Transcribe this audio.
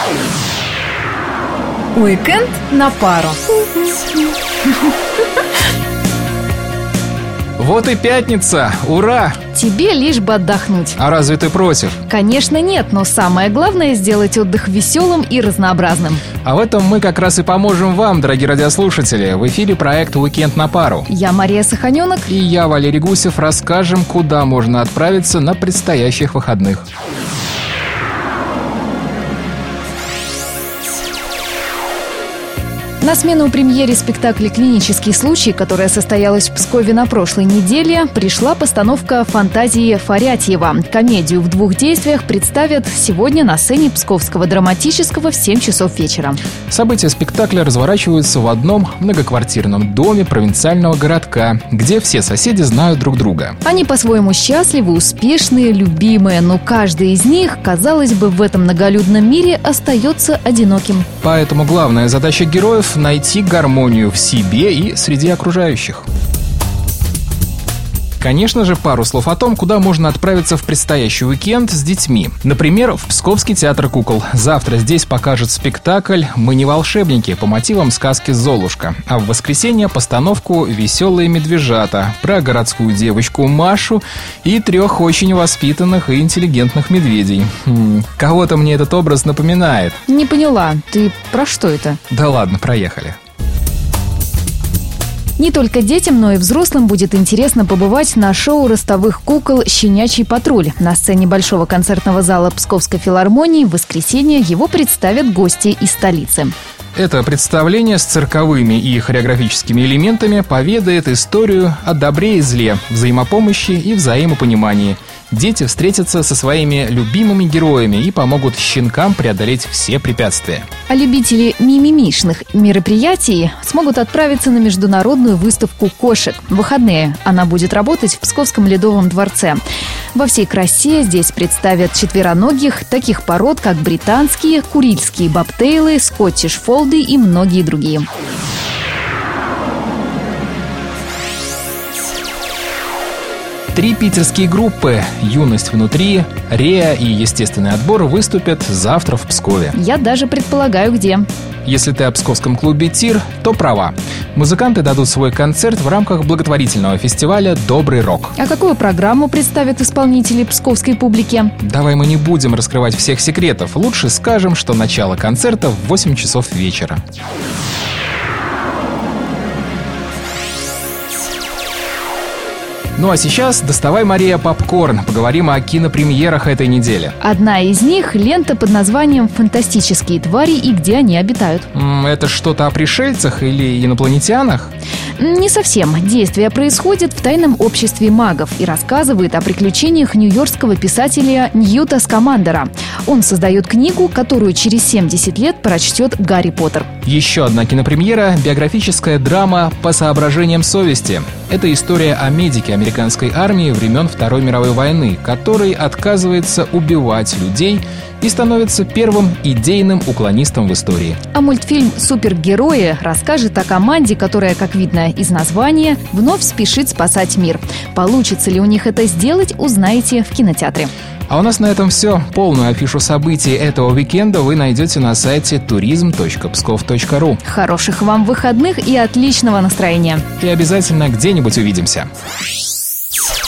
Уикенд на пару. Вот и пятница! Ура! Тебе лишь бы отдохнуть. А разве ты против? Конечно, нет, но самое главное — сделать отдых веселым и разнообразным. А в этом мы как раз и поможем вам, дорогие радиослушатели. В эфире проект «Уикенд на пару». Я Мария Саханенок. И я, Валерий Гусев, расскажем, куда можно отправиться на предстоящих выходных. На смену премьере спектакля «Клинический случай», которая состоялась в Пскове на прошлой неделе, пришла постановка «Фантазии Фарятьева». Комедию в 2 действиях представят сегодня на сцене Псковского драматического в 7 часов вечера. События спектакля разворачиваются в одном многоквартирном доме провинциального городка, где все соседи знают друг друга. Они по-своему счастливы, успешные, любимые, но каждый из них, казалось бы, в этом многолюдном мире остается одиноким. Поэтому главная задача героев — найти гармонию в себе и среди окружающих. Конечно же, пару слов о том, куда можно отправиться в предстоящий уикенд с детьми. Например, в Псковский театр кукол. Завтра здесь покажут спектакль «Мы не волшебники» по мотивам сказки «Золушка». А в воскресенье постановку «Веселые медвежата» про городскую девочку Машу и 3 очень воспитанных и интеллигентных медведей. Кого-то мне этот образ напоминает. Не поняла, ты про что это? Да ладно, проехали. Не только детям, но и взрослым будет интересно побывать на шоу ростовых кукол «Щенячий патруль». На сцене Большого концертного зала Псковской филармонии в воскресенье его представят гости из столицы. Это представление с цирковыми и хореографическими элементами поведает историю о добре и зле, взаимопомощи и взаимопонимании. Дети встретятся со своими любимыми героями и помогут щенкам преодолеть все препятствия. А любители мимимишных мероприятий смогут отправиться на международную выставку кошек. В выходные она будет работать в Псковском Ледовом дворце. Во всей красе здесь представят четвероногих, таких пород, как британские, курильские бобтейлы, скоттиш-фолды и многие другие. Три питерские группы «Юность внутри», «Реа» и «Естественный отбор» выступят завтра в Пскове. Я даже предполагаю, где. Если ты о псковском клубе «Тир», то права. Музыканты дадут свой концерт в рамках благотворительного фестиваля «Добрый рок». А какую программу представят исполнители псковской публике? Давай мы не будем раскрывать всех секретов. Лучше скажем, что начало концерта в 8 часов вечера. Ну а сейчас доставай, Мария, попкорн. Поговорим о кинопремьерах этой недели. Одна из них — лента под названием «Фантастические твари и где они обитают». Это что-то о пришельцах или инопланетянах? Не совсем. Действие происходит в тайном обществе магов и рассказывает о приключениях нью-йоркского писателя Ньюта Скамандера. Он создает книгу, которую через 70 лет прочтет Гарри Поттер. Еще одна кинопремьера – биографическая драма «По соображениям совести». Это история о медике американской армии времен Второй мировой войны, который отказывается убивать людей и становится первым идейным уклонистом в истории. А мультфильм «Супергерои» расскажет о команде, которая, как видно из названия, вновь спешит спасать мир. Получится ли у них это сделать, узнаете в кинотеатре. А у нас на этом все. Полную афишу событий этого уикенда вы найдете на сайте tourism.pskov.ru. Хороших вам выходных и отличного настроения. И обязательно где-нибудь увидимся.